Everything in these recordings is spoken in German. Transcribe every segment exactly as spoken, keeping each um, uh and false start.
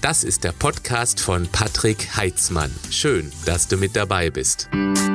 Das ist der Podcast von Patrick Heitzmann. Schön, dass du mit dabei bist.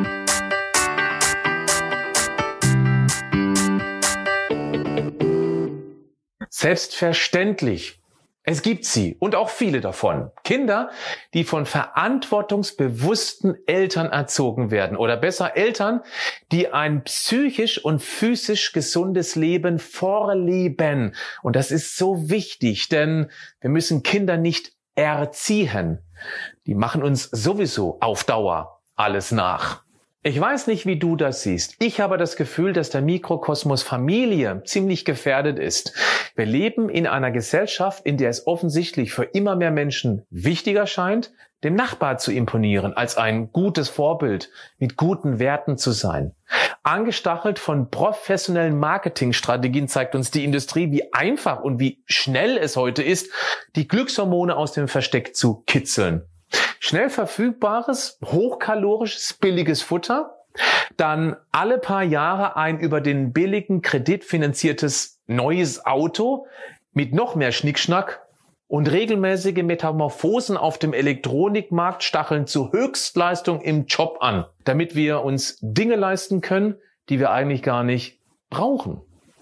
Selbstverständlich. Es gibt sie und auch viele davon. Kinder, die von verantwortungsbewussten Eltern erzogen werden. Oder besser Eltern, die ein psychisch und physisch gesundes Leben vorleben. Und das ist so wichtig, denn wir müssen Kinder nicht erziehen. Die machen uns sowieso auf Dauer alles nach. Ich weiß nicht, wie du das siehst. Ich habe das Gefühl, dass der Mikrokosmos Familie ziemlich gefährdet ist. Wir leben in einer Gesellschaft, in der es offensichtlich für immer mehr Menschen wichtiger scheint, dem Nachbar zu imponieren, als ein gutes Vorbild mit guten Werten zu sein. Angestachelt von professionellen Marketingstrategien zeigt uns die Industrie, wie einfach und wie schnell es heute ist, die Glückshormone aus dem Versteck zu kitzeln. Schnell verfügbares, hochkalorisches, billiges Futter, dann alle paar Jahre ein über den billigen Kredit finanziertes neues Auto mit noch mehr Schnickschnack und regelmäßige Metamorphosen auf dem Elektronikmarkt stacheln zu Höchstleistung im Job an, damit wir uns Dinge leisten können, die wir eigentlich gar nicht brauchen.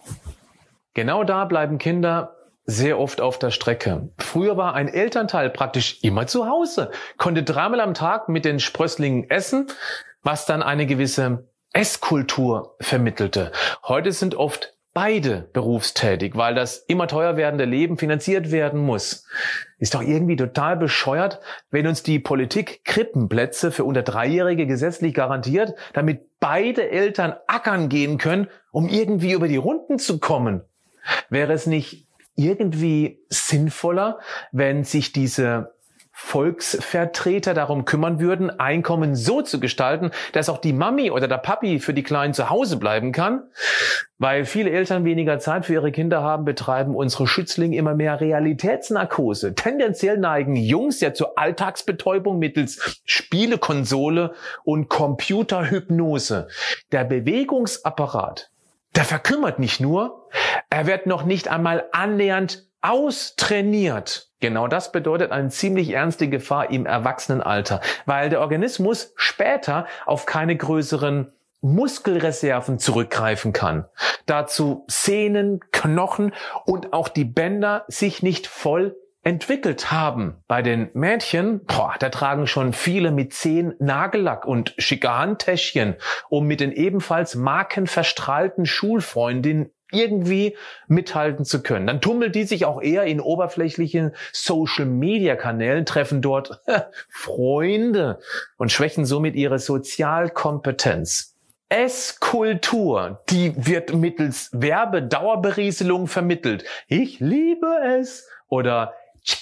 Genau da bleiben Kinder sehr oft auf der Strecke. Früher war ein Elternteil praktisch immer zu Hause, konnte dreimal am Tag mit den Sprösslingen essen, was dann eine gewisse Esskultur vermittelte. Heute sind oft beide berufstätig, weil das immer teuer werdende Leben finanziert werden muss. Ist doch irgendwie total bescheuert, wenn uns die Politik Krippenplätze für unter Dreijährige gesetzlich garantiert, damit beide Eltern ackern gehen können, um irgendwie über die Runden zu kommen. Wäre es nicht irgendwie sinnvoller, wenn sich diese Volksvertreter darum kümmern würden, Einkommen so zu gestalten, dass auch die Mami oder der Papi für die Kleinen zu Hause bleiben kann? Weil viele Eltern weniger Zeit für ihre Kinder haben, betreiben unsere Schützlinge immer mehr Realitätsnarkose. Tendenziell neigen Jungs ja zur Alltagsbetäubung mittels Spielekonsole und Computerhypnose. Der Bewegungsapparat, der verkümmert nicht nur, er wird noch nicht einmal annähernd austrainiert. Genau das bedeutet eine ziemlich ernste Gefahr im Erwachsenenalter, weil der Organismus später auf keine größeren Muskelreserven zurückgreifen kann. Dazu Sehnen, Knochen und auch die Bänder sich nicht voll entwickelt haben. Bei den Mädchen, boah, da tragen schon viele mit zehn Nagellack und schicke Handtäschchen, um mit den ebenfalls markenverstrahlten Schulfreundinnen irgendwie mithalten zu können. Dann tummeln die sich auch eher in oberflächlichen Social-Media-Kanälen, treffen dort Freunde und schwächen somit ihre Sozialkompetenz. Esskultur, die wird mittels Werbedauerberieselung vermittelt. Ich liebe es. Oder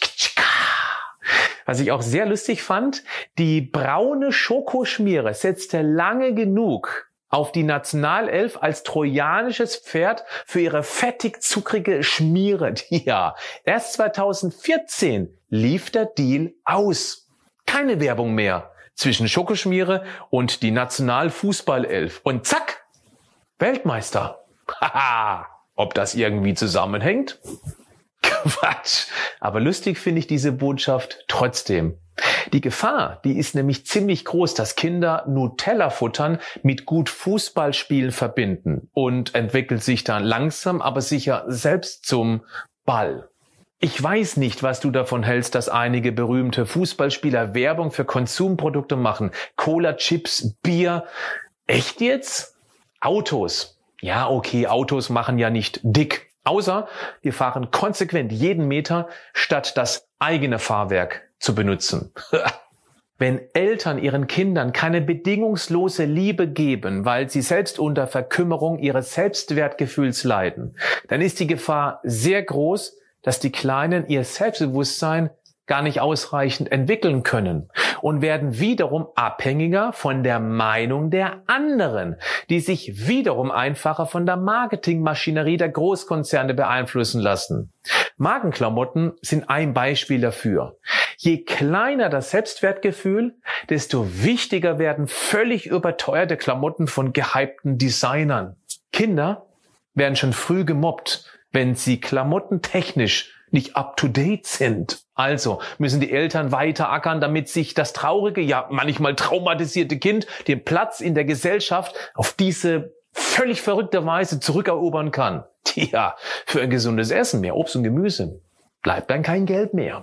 was ich auch sehr lustig fand, die braune Schokoschmiere setzte lange genug auf die Nationalelf als trojanisches Pferd für ihre fettig-zuckrige Schmiere. Ja, erst zweitausendvierzehn lief der Deal aus. Keine Werbung mehr zwischen Schokoschmiere und die Nationalfußballelf. Und zack, Weltmeister. Haha, ob das irgendwie zusammenhängt? Quatsch. Aber lustig finde ich diese Botschaft trotzdem. Die Gefahr, die ist nämlich ziemlich groß, dass Kinder Nutella-Futtern mit gut Fußballspielen verbinden und entwickelt sich dann langsam, aber sicher selbst zum Ball. Ich weiß nicht, was du davon hältst, dass einige berühmte Fußballspieler Werbung für Konsumprodukte machen. Cola, Chips, Bier. Echt jetzt? Autos. Ja, okay, Autos machen ja nicht dick. Außer wir fahren konsequent jeden Meter, statt das eigene Fahrwerk zu benutzen. Wenn Eltern ihren Kindern keine bedingungslose Liebe geben, weil sie selbst unter Verkümmerung ihres Selbstwertgefühls leiden, dann ist die Gefahr sehr groß, dass die Kleinen ihr Selbstbewusstsein gar nicht ausreichend entwickeln können und werden wiederum abhängiger von der Meinung der anderen, die sich wiederum einfacher von der Marketingmaschinerie der Großkonzerne beeinflussen lassen. Markenklamotten sind ein Beispiel dafür. Je kleiner das Selbstwertgefühl, desto wichtiger werden völlig überteuerte Klamotten von gehypten Designern. Kinder werden schon früh gemobbt, wenn sie klamottentechnisch nicht up-to-date sind. Also müssen die Eltern weiter ackern, damit sich das traurige, ja manchmal traumatisierte Kind den Platz in der Gesellschaft auf diese völlig verrückte Weise zurückerobern kann. Tja, für ein gesundes Essen, mehr Obst und Gemüse, bleibt dann kein Geld mehr.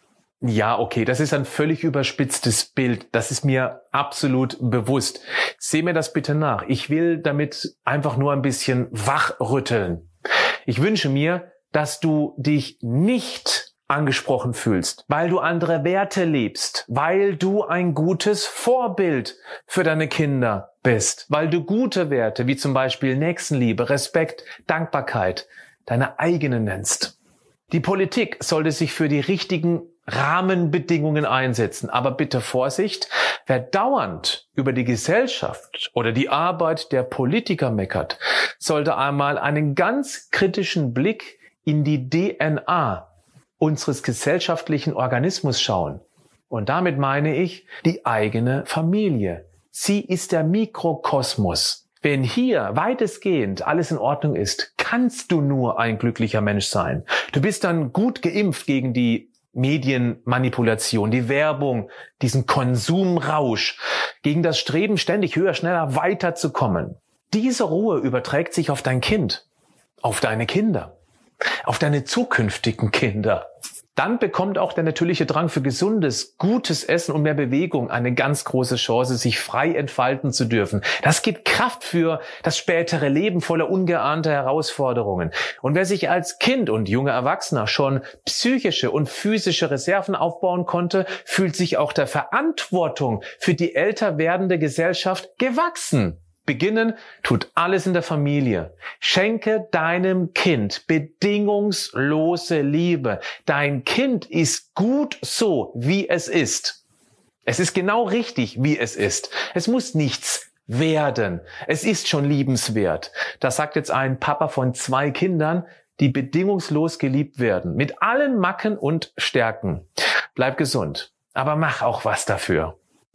Ja, okay, das ist ein völlig überspitztes Bild. Das ist mir absolut bewusst. Seh mir das bitte nach. Ich will damit einfach nur ein bisschen wachrütteln. Ich wünsche mir, dass du dich nicht angesprochen fühlst, weil du andere Werte lebst, weil du ein gutes Vorbild für deine Kinder bist, weil du gute Werte wie zum Beispiel Nächstenliebe, Respekt, Dankbarkeit deine eigene nennst. Die Politik sollte sich für die richtigen Rahmenbedingungen einsetzen. Aber bitte Vorsicht, wer dauernd über die Gesellschaft oder die Arbeit der Politiker meckert, sollte einmal einen ganz kritischen Blick in die D N A unseres gesellschaftlichen Organismus schauen. Und damit meine ich die eigene Familie. Sie ist der Mikrokosmos. Wenn hier weitestgehend alles in Ordnung ist, kannst du nur ein glücklicher Mensch sein. Du bist dann gut geimpft gegen die Medienmanipulation, die Werbung, diesen Konsumrausch, gegen das Streben, ständig höher, schneller weiterzukommen. Diese Ruhe überträgt sich auf dein Kind, auf deine Kinder, auf deine zukünftigen Kinder. Dann bekommt auch der natürliche Drang für gesundes, gutes Essen und mehr Bewegung eine ganz große Chance, sich frei entfalten zu dürfen. Das gibt Kraft für das spätere Leben voller ungeahnter Herausforderungen. Und wer sich als Kind und junger Erwachsener schon psychische und physische Reserven aufbauen konnte, fühlt sich auch der Verantwortung für die älter werdende Gesellschaft gewachsen. Beginnen tut alles in der Familie. Schenke deinem Kind bedingungslose Liebe. Dein Kind ist gut so, wie es ist. Es ist genau richtig, wie es ist. Es muss nichts werden. Es ist schon liebenswert. Das sagt jetzt ein Papa von zwei Kindern, die bedingungslos geliebt werden. Mit allen Macken und Stärken. Bleib gesund, aber mach auch was dafür.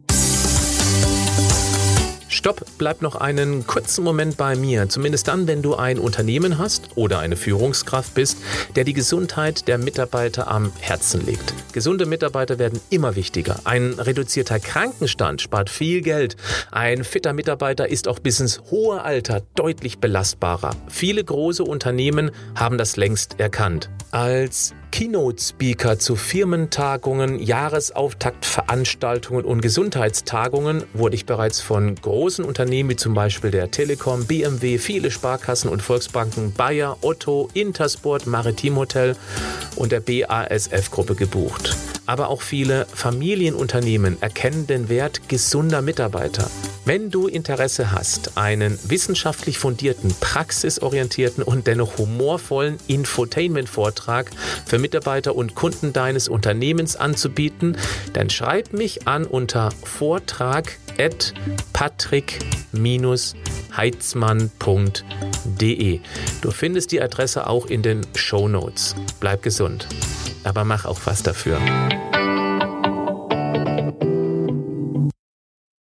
Stopp, bleib noch einen kurzen Moment bei mir, zumindest dann, wenn du ein Unternehmen hast oder eine Führungskraft bist, der die Gesundheit der Mitarbeiter am Herzen legt. Gesunde Mitarbeiter werden immer wichtiger. Ein reduzierter Krankenstand spart viel Geld. Ein fitter Mitarbeiter ist auch bis ins hohe Alter deutlich belastbarer. Viele große Unternehmen haben das längst erkannt. Als Keynote-Speaker zu Firmentagungen, Jahresauftaktveranstaltungen und Gesundheitstagungen wurde ich bereits von großen Unternehmen wie zum Beispiel der Telekom, B M W, viele Sparkassen und Volksbanken, Bayer, Otto, Intersport, Maritim Hotel und der B A S F-Gruppe gebucht. Aber auch viele Familienunternehmen erkennen den Wert gesunder Mitarbeiter. Wenn du Interesse hast, einen wissenschaftlich fundierten, praxisorientierten und dennoch humorvollen Infotainment-Vortrag für Mitarbeiter und Kunden deines Unternehmens anzubieten, dann schreib mich an unter vortrag at patrick heitzmann punkt de. Du findest die Adresse auch in den Shownotes. Bleib gesund, aber mach auch was dafür.